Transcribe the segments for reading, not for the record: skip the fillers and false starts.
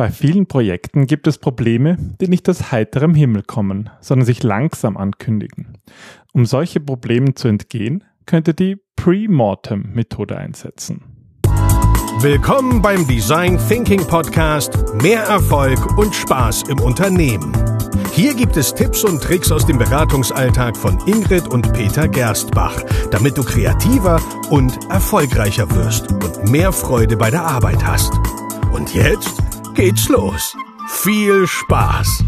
Bei vielen Projekten gibt es Probleme, die nicht aus heiterem Himmel kommen, sondern sich langsam ankündigen. Um solche Probleme zu entgehen, könnt ihr die Pre-Mortem-Methode einsetzen. Willkommen beim Design Thinking Podcast Mehr Erfolg und Spaß im Unternehmen. Hier gibt es Tipps und Tricks aus dem Beratungsalltag von Ingrid und Peter Gerstbach, damit du kreativer und erfolgreicher wirst und mehr Freude bei der Arbeit hast. Und jetzt geht's los. Viel Spaß!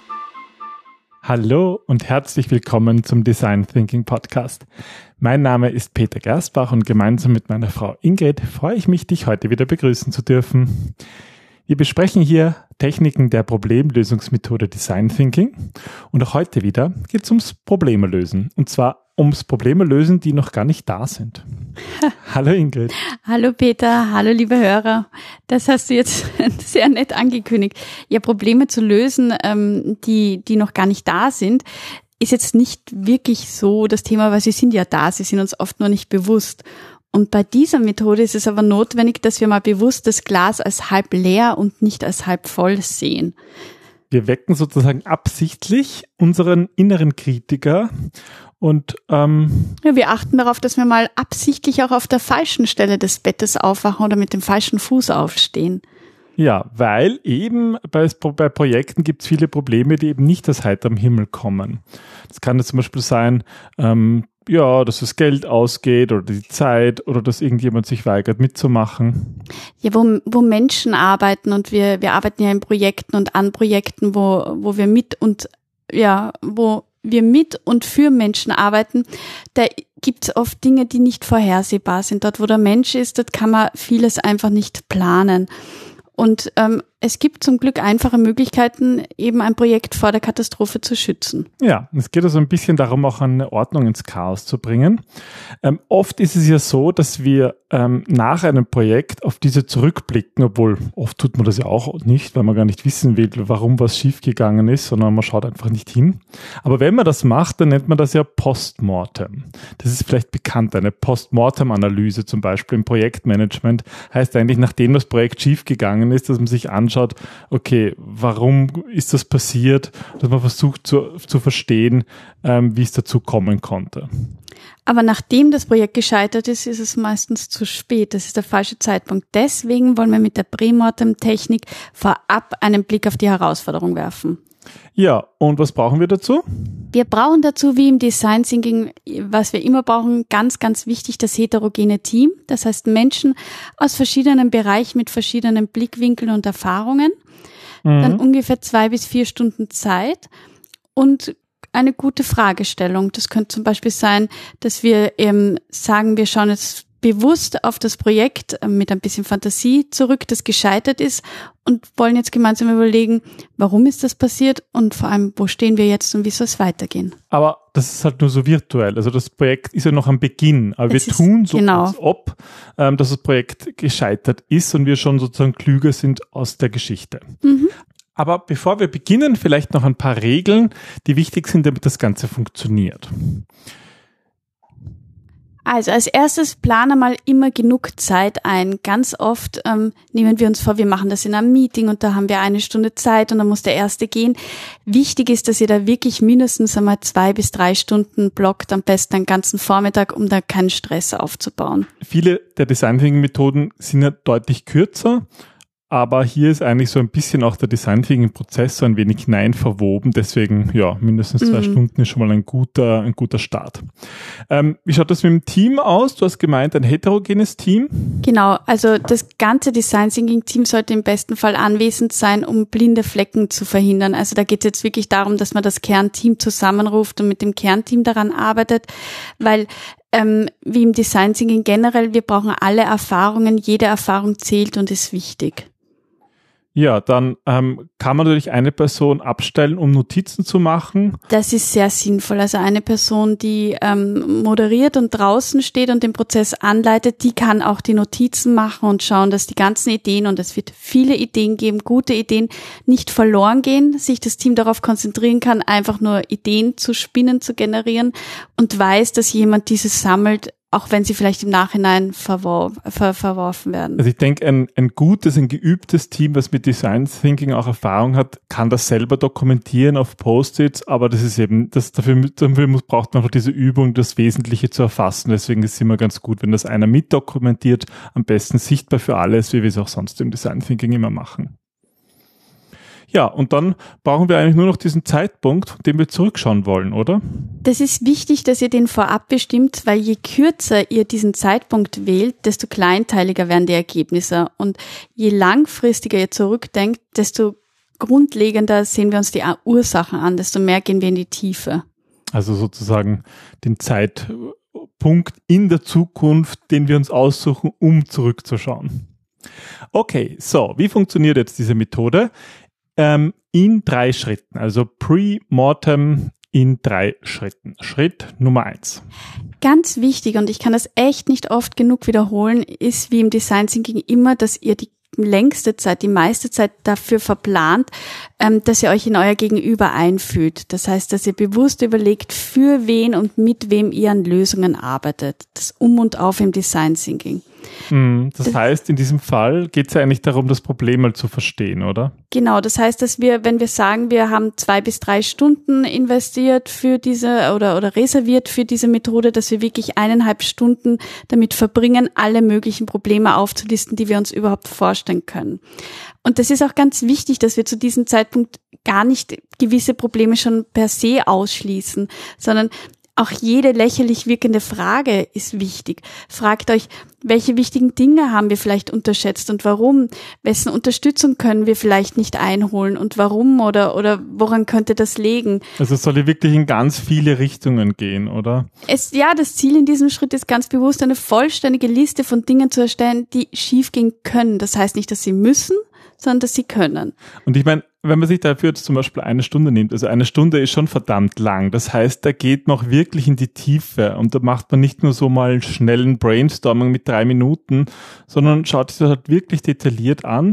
Hallo und herzlich willkommen zum Design Thinking Podcast. Mein Name ist Peter Gerstbach und gemeinsam mit meiner Frau Ingrid freue ich mich, dich heute wieder begrüßen zu dürfen. Wir besprechen hier Techniken der Problemlösungsmethode Design Thinking und auch heute wieder geht es ums Probleme lösen und zwar ums Probleme lösen, die noch gar nicht da sind. Hallo Ingrid. Hallo Peter, hallo liebe Hörer. Das hast du jetzt sehr nett angekündigt. Ja, Probleme zu lösen, die noch gar nicht da sind, ist jetzt nicht wirklich so das Thema, weil sie sind ja da, sie sind uns oft nur nicht bewusst. Und bei dieser Methode ist es aber notwendig, dass wir mal bewusst das Glas als halb leer und nicht als halb voll sehen. Wir wecken sozusagen absichtlich unseren inneren Kritiker und ja, wir achten darauf, dass wir mal absichtlich auch auf der falschen Stelle des Bettes aufwachen oder mit dem falschen Fuß aufstehen. Ja, weil eben bei Projekten gibt es viele Probleme, die eben nicht aus heiterem Himmel kommen. Das kann jetzt zum Beispiel sein, dass das Geld ausgeht oder die Zeit oder dass irgendjemand sich weigert mitzumachen. Ja, wo Menschen arbeiten und wir arbeiten ja in Projekten und an Projekten, wo wir mit und für Menschen arbeiten, da gibt's oft Dinge, die nicht vorhersehbar sind. Dort, wo der Mensch ist, dort kann man vieles einfach nicht planen. Und es gibt zum Glück einfache Möglichkeiten, eben ein Projekt vor der Katastrophe zu schützen. Ja, es geht also ein bisschen darum, auch eine Ordnung ins Chaos zu bringen. Oft ist es ja so, dass wir nach einem Projekt auf diese zurückblicken, obwohl oft tut man das ja auch nicht, weil man gar nicht wissen will, warum was schiefgegangen ist, sondern man schaut einfach nicht hin. Aber wenn man das macht, dann nennt man das ja Postmortem. Das ist vielleicht bekannt, eine Postmortem-Analyse zum Beispiel im Projektmanagement heißt eigentlich, nachdem das Projekt schiefgegangen ist, dass man sich anschaut, okay, warum ist das passiert, dass man versucht zu verstehen, wie es dazu kommen konnte. Aber nachdem das Projekt gescheitert ist, ist es meistens zu spät. Das ist der falsche Zeitpunkt. Deswegen wollen wir mit der Pre-Mortem-Technik vorab einen Blick auf die Herausforderung werfen. Ja, und was brauchen wir dazu? Wir brauchen dazu, wie im Design Thinking, was wir immer brauchen, ganz, ganz wichtig, das heterogene Team. Das heißt Menschen aus verschiedenen Bereichen mit verschiedenen Blickwinkeln und Erfahrungen. Dann ungefähr 2 bis 4 Stunden Zeit und eine gute Fragestellung. Das könnte zum Beispiel sein, dass wir sagen, wir schauen jetzt bewusst auf das Projekt mit ein bisschen Fantasie zurück, das gescheitert ist und wollen jetzt gemeinsam überlegen, warum ist das passiert und vor allem, wo stehen wir jetzt und wie soll es weitergehen. Aber das ist halt nur so virtuell. Also das Projekt ist ja noch am Beginn, aber wir tun so, als ob dass das Projekt gescheitert ist und wir schon sozusagen klüger sind aus der Geschichte. Aber bevor wir beginnen, vielleicht noch ein paar Regeln, die wichtig sind, damit das Ganze funktioniert. Also als erstes plane mal immer genug Zeit ein. Ganz oft nehmen wir uns vor, wir machen das in einem Meeting und da haben wir 1 Stunde Zeit und dann muss der Erste gehen. Wichtig ist, dass ihr da wirklich mindestens einmal 2 bis 3 Stunden blockt, am besten einen ganzen Vormittag, um da keinen Stress aufzubauen. Viele der Design Thinking Methoden sind ja deutlich kürzer. Aber hier ist eigentlich so ein bisschen auch der Design Thinking Prozess so ein wenig hinein verwoben. Deswegen, ja, mindestens 2 Stunden ist schon mal ein guter Start. Wie schaut das mit dem Team aus? Du hast gemeint, ein heterogenes Team? Genau, also das ganze Design Thinking Team sollte im besten Fall anwesend sein, um blinde Flecken zu verhindern. Also da geht es jetzt wirklich darum, dass man das Kernteam zusammenruft und mit dem Kernteam daran arbeitet, weil wie im Design Thinking generell, wir brauchen alle Erfahrungen, jede Erfahrung zählt und ist wichtig. Ja, dann kann man natürlich eine Person abstellen, um Notizen zu machen. Das ist sehr sinnvoll. Also eine Person, die moderiert und draußen steht und den Prozess anleitet, die kann auch die Notizen machen und schauen, dass die ganzen Ideen, und es wird viele Ideen geben, gute Ideen, nicht verloren gehen, sich das Team darauf konzentrieren kann, einfach nur Ideen zu spinnen, zu generieren und weiß, dass jemand diese sammelt auch wenn sie vielleicht im Nachhinein verworfen werden. Also ich denke, ein geübtes Team, das mit Design Thinking auch Erfahrung hat, kann das selber dokumentieren auf Post-its, aber das ist eben, dafür braucht man einfach diese Übung, das Wesentliche zu erfassen. Deswegen ist es immer ganz gut, wenn das einer mitdokumentiert, am besten sichtbar für alles, wie wir es auch sonst im Design Thinking immer machen. Ja, und dann brauchen wir eigentlich nur noch diesen Zeitpunkt, den wir zurückschauen wollen, oder? Das ist wichtig, dass ihr den vorab bestimmt, weil je kürzer ihr diesen Zeitpunkt wählt, desto kleinteiliger werden die Ergebnisse. Und je langfristiger ihr zurückdenkt, desto grundlegender sehen wir uns die Ursachen an, desto mehr gehen wir in die Tiefe. Also sozusagen den Zeitpunkt in der Zukunft, den wir uns aussuchen, um zurückzuschauen. Okay, so, wie funktioniert jetzt diese Methode? In 3 Schritten, also Pre-Mortem in 3 Schritten. Schritt Nummer 1. Ganz wichtig, und ich kann das echt nicht oft genug wiederholen, ist wie im Design Thinking immer, dass ihr die längste Zeit, die meiste Zeit dafür verplant, dass ihr euch in euer Gegenüber einfühlt. Das heißt, dass ihr bewusst überlegt, für wen und mit wem ihr an Lösungen arbeitet. Das Um und Auf im Design Thinking. Das heißt, in diesem Fall geht es ja eigentlich darum, das Problem mal zu verstehen, oder? Genau, das heißt, dass wir, wenn wir sagen, wir haben 2 bis 3 Stunden investiert für diese oder reserviert für diese Methode, dass wir wirklich 1,5 Stunden damit verbringen, alle möglichen Probleme aufzulisten, die wir uns überhaupt vorstellen können. Und das ist auch ganz wichtig, dass wir zu diesem Zeitpunkt gar nicht gewisse Probleme schon per se ausschließen, sondern auch jede lächerlich wirkende Frage ist wichtig. Fragt euch, welche wichtigen Dinge haben wir vielleicht unterschätzt und warum? Wessen Unterstützung können wir vielleicht nicht einholen und warum oder woran könnte das liegen? Also es soll hier wirklich in ganz viele Richtungen gehen, oder? Das Ziel in diesem Schritt ist ganz bewusst, eine vollständige Liste von Dingen zu erstellen, die schiefgehen können. Das heißt nicht, dass sie müssen, sondern dass sie können. Und ich meine, wenn man sich dafür jetzt zum Beispiel 1 Stunde nimmt, also 1 Stunde ist schon verdammt lang. Das heißt, da geht man auch wirklich in die Tiefe und da macht man nicht nur so mal einen schnellen Brainstorming mit 3 Minuten, sondern schaut sich das halt wirklich detailliert an.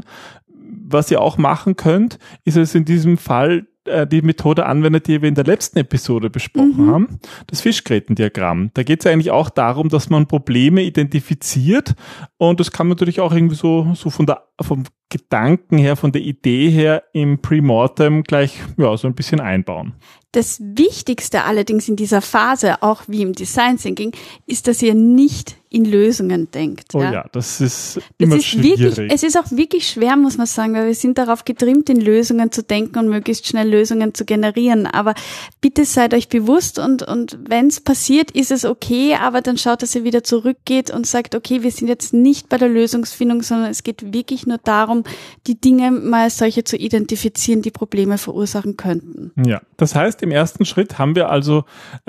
Was ihr auch machen könnt, ist es in diesem Fall die Methode anwendet, die wir in der letzten Episode besprochen haben, das Fischgrätendiagramm. Da geht es eigentlich auch darum, dass man Probleme identifiziert und das kann man natürlich auch irgendwie so vom Gedanken her, von der Idee her im Pre-Mortem gleich so ein bisschen einbauen. Das Wichtigste allerdings in dieser Phase, auch wie im Design Thinking, ist, dass ihr nicht in Lösungen denkt. Oh ja, das ist immer schwierig. Es ist auch wirklich schwer, muss man sagen, weil wir sind darauf getrimmt, in Lösungen zu denken und möglichst schnell Lösungen zu generieren. Aber bitte seid euch bewusst und wenn es passiert, ist es okay, aber dann schaut, dass ihr wieder zurückgeht und sagt, okay, wir sind jetzt nicht bei der Lösungsfindung, sondern es geht wirklich nur darum, die Dinge mal als solche zu identifizieren, die Probleme verursachen könnten. Ja, das heißt, im ersten Schritt haben wir also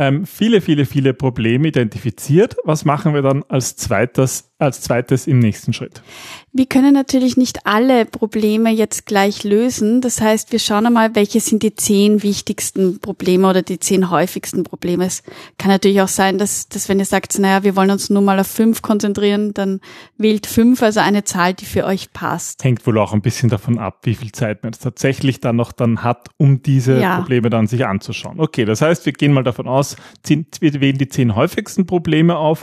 viele Probleme identifiziert. Was machen wir dann als zweites im nächsten Schritt? Wir können natürlich nicht alle Probleme jetzt gleich lösen. Das heißt, wir schauen einmal, welche sind die 10 wichtigsten Probleme oder die 10 häufigsten Probleme. Es kann natürlich auch sein, dass wenn ihr sagt, wir wollen uns nur mal auf 5 konzentrieren, dann wählt 5, also eine Zahl, die für euch passt. Hängt wohl auch ein bisschen davon ab, wie viel Zeit man jetzt tatsächlich dann hat, um diese Probleme dann sich anzuschauen. Okay, das heißt, wir gehen mal davon aus, wir wählen die 10 häufigsten Probleme auf.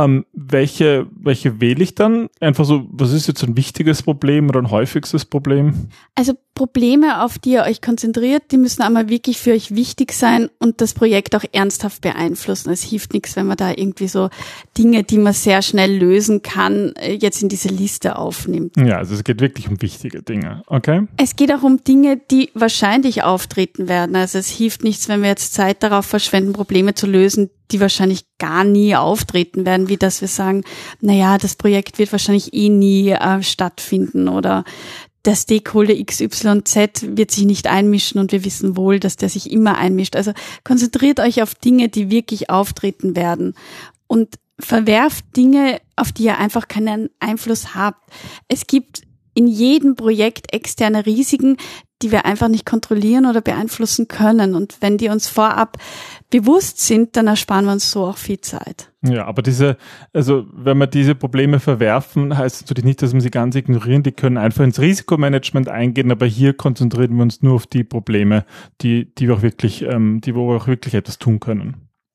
Welche wähle ich dann? Einfach so, was ist jetzt ein wichtiges Problem oder ein häufigstes Problem? Also Probleme, auf die ihr euch konzentriert, die müssen einmal wirklich für euch wichtig sein und das Projekt auch ernsthaft beeinflussen. Es hilft nichts, wenn man da irgendwie so Dinge, die man sehr schnell lösen kann, jetzt in diese Liste aufnimmt. Ja, also es geht wirklich um wichtige Dinge, okay? Es geht auch um Dinge, die wahrscheinlich auftreten werden. Also es hilft nichts, wenn wir jetzt Zeit darauf verschwenden, Probleme zu lösen, die wahrscheinlich gar nie auftreten werden, wie dass wir sagen, das Projekt wird wahrscheinlich nie stattfinden oder der Stakeholder XYZ wird sich nicht einmischen und wir wissen wohl, dass der sich immer einmischt. Also konzentriert euch auf Dinge, die wirklich auftreten werden und verwerft Dinge, auf die ihr einfach keinen Einfluss habt. Es gibt in jedem Projekt externe Risiken, die wir einfach nicht kontrollieren oder beeinflussen können. Und wenn die uns vorab bewusst sind, dann ersparen wir uns so auch viel Zeit. Ja, aber wenn wir diese Probleme verwerfen, heißt natürlich nicht, dass wir sie ganz ignorieren. Die können einfach ins Risikomanagement eingehen, aber hier konzentrieren wir uns nur auf die Probleme, wo wir auch wirklich etwas tun können.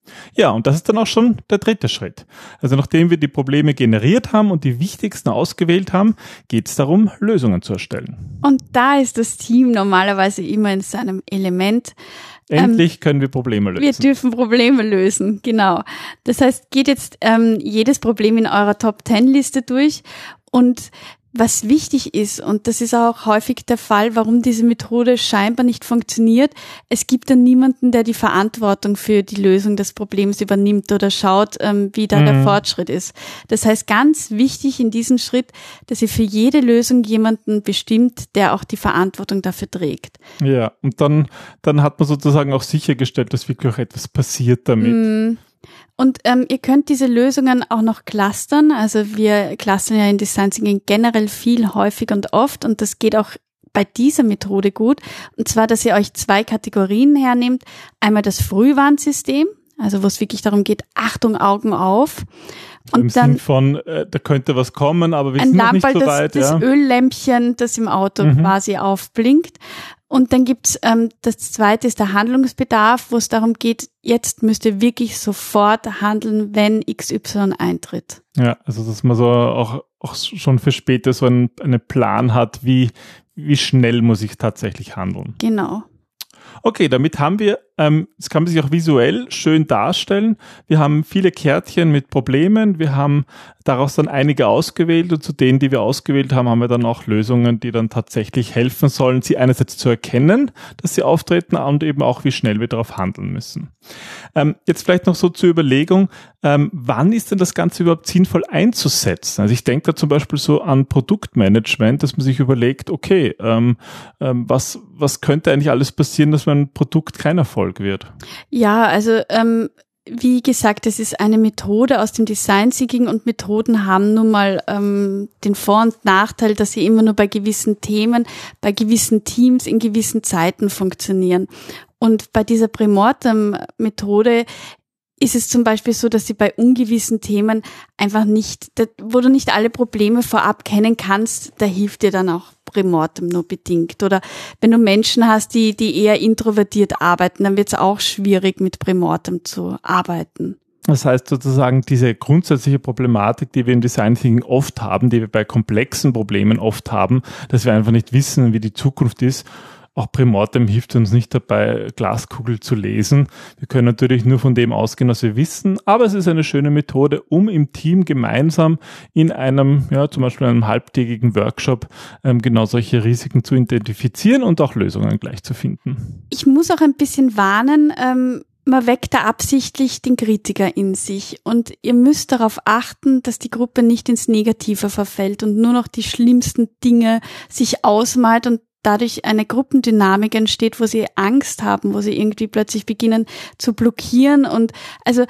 Ja, und das ist dann auch schon der dritte Schritt. Also nachdem wir die Probleme generiert haben und die wichtigsten ausgewählt haben, geht es darum, Lösungen zu erstellen. Und da ist das Team normalerweise immer in seinem Element. Endlich können wir Probleme lösen. Wir dürfen Probleme lösen, genau. Das heißt, geht jetzt jedes Problem in eurer Top-10-Liste durch und was wichtig ist, und das ist auch häufig der Fall, warum diese Methode scheinbar nicht funktioniert, es gibt dann niemanden, der die Verantwortung für die Lösung des Problems übernimmt oder schaut, wie da der Fortschritt ist. Das heißt, ganz wichtig in diesem Schritt, dass ihr für jede Lösung jemanden bestimmt, der auch die Verantwortung dafür trägt. Ja, und dann hat man sozusagen auch sichergestellt, dass wirklich auch etwas passiert damit. Und ihr könnt diese Lösungen auch noch clustern. Also wir clustern ja in Design Thinking generell viel, häufig und oft. Und das geht auch bei dieser Methode gut. Und zwar, dass ihr euch 2 Kategorien hernehmt. Einmal das Frühwarnsystem, also wo es wirklich darum geht, Achtung, Augen auf. Und im dann Sinn von, da könnte was kommen, aber wir sind noch nicht so weit. Das Öllämpchen, das im Auto quasi aufblinkt. Und dann gibt's das zweite ist der Handlungsbedarf, wo es darum geht, jetzt müsst ihr wirklich sofort handeln, wenn XY eintritt. Ja, also dass man so auch schon für später so einen Plan hat, wie schnell muss ich tatsächlich handeln. Genau. Okay, damit haben wir, das kann man sich auch visuell schön darstellen. Wir haben viele Kärtchen mit Problemen. Wir haben daraus dann einige ausgewählt und zu denen, die wir ausgewählt haben, haben wir dann auch Lösungen, die dann tatsächlich helfen sollen, sie einerseits zu erkennen, dass sie auftreten und eben auch, wie schnell wir darauf handeln müssen. Jetzt vielleicht noch so zur Überlegung, wann ist denn das Ganze überhaupt sinnvoll einzusetzen? Also ich denke da zum Beispiel so an Produktmanagement, dass man sich überlegt, okay, was könnte eigentlich alles passieren, dass mein Produkt kein Erfolg wird? Ja, also wie gesagt, es ist eine Methode aus dem Design Thinking und Methoden haben nun mal den Vor- und Nachteil, dass sie immer nur bei gewissen Themen, bei gewissen Teams in gewissen Zeiten funktionieren. Und bei dieser Premortem-Methode ist es zum Beispiel so, dass sie bei ungewissen Themen einfach nicht, wo du nicht alle Probleme vorab kennen kannst, da hilft dir dann auch Premortem nur bedingt. Oder wenn du Menschen hast, die eher introvertiert arbeiten, dann wird es auch schwierig, mit Premortem zu arbeiten. Das heißt sozusagen, diese grundsätzliche Problematik, die wir im Design Thinking oft haben, die wir bei komplexen Problemen oft haben, dass wir einfach nicht wissen, wie die Zukunft ist. Auch Premortem hilft uns nicht dabei, Glaskugel zu lesen. Wir können natürlich nur von dem ausgehen, was wir wissen, aber es ist eine schöne Methode, um im Team gemeinsam in einem, ja, zum Beispiel einem halbtägigen Workshop genau solche Risiken zu identifizieren und auch Lösungen gleich zu finden. Ich muss auch ein bisschen warnen, man weckt da absichtlich den Kritiker in sich und ihr müsst darauf achten, dass die Gruppe nicht ins Negative verfällt und nur noch die schlimmsten Dinge sich ausmalt und dadurch eine Gruppendynamik entsteht, wo sie Angst haben, wo sie irgendwie plötzlich beginnen zu blockieren und also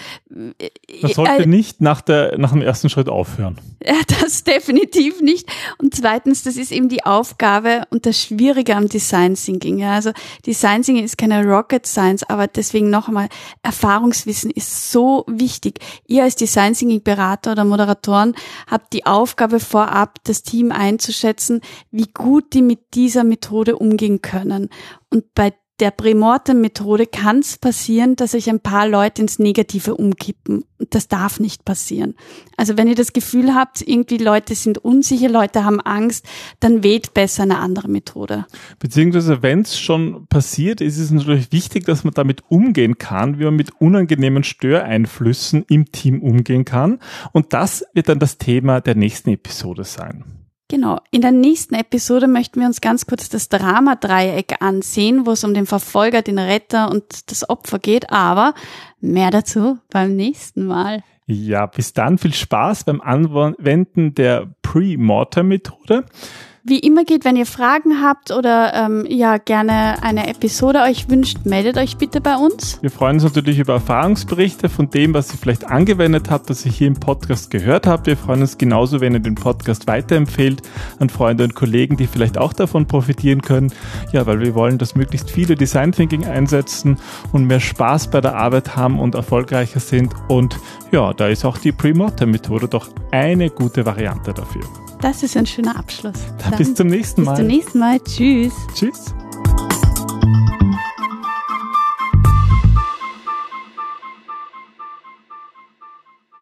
man sollte nicht nach dem ersten Schritt aufhören. Ja, das definitiv nicht. Und zweitens, das ist eben die Aufgabe und das Schwierige am Design Thinking. Ja, also Design Thinking ist keine Rocket Science, aber deswegen noch einmal, Erfahrungswissen ist so wichtig. Ihr als Design Thinking Berater oder Moderatoren habt die Aufgabe vorab, das Team einzuschätzen, wie gut die mit dieser Methode umgehen können. Und bei der Premortem-Methode kann es passieren, dass sich ein paar Leute ins Negative umkippen. Und das darf nicht passieren. Also wenn ihr das Gefühl habt, irgendwie Leute sind unsicher, Leute haben Angst, dann wählt besser eine andere Methode. Beziehungsweise wenn es schon passiert, ist es natürlich wichtig, dass man damit umgehen kann, wie man mit unangenehmen Störeinflüssen im Team umgehen kann. Und das wird dann das Thema der nächsten Episode sein. Genau. In der nächsten Episode möchten wir uns ganz kurz das Drama-Dreieck ansehen, wo es um den Verfolger, den Retter und das Opfer geht, aber mehr dazu beim nächsten Mal. Ja, bis dann viel Spaß beim Anwenden der Premortem-Methode. Wie immer geht, wenn ihr Fragen habt oder gerne eine Episode euch wünscht, meldet euch bitte bei uns. Wir freuen uns natürlich über Erfahrungsberichte von dem, was ihr vielleicht angewendet habt, was ihr hier im Podcast gehört habt. Wir freuen uns genauso, wenn ihr den Podcast weiterempfehlt an Freunde und Kollegen, die vielleicht auch davon profitieren können. Ja, weil wir wollen, dass möglichst viele Design Thinking einsetzen und mehr Spaß bei der Arbeit haben und erfolgreicher sind. Und ja, da ist auch die Premortem-Methode doch eine gute Variante dafür. Das ist ein schöner Abschluss. Dann bis zum nächsten Mal. Bis zum nächsten Mal. Tschüss. Tschüss.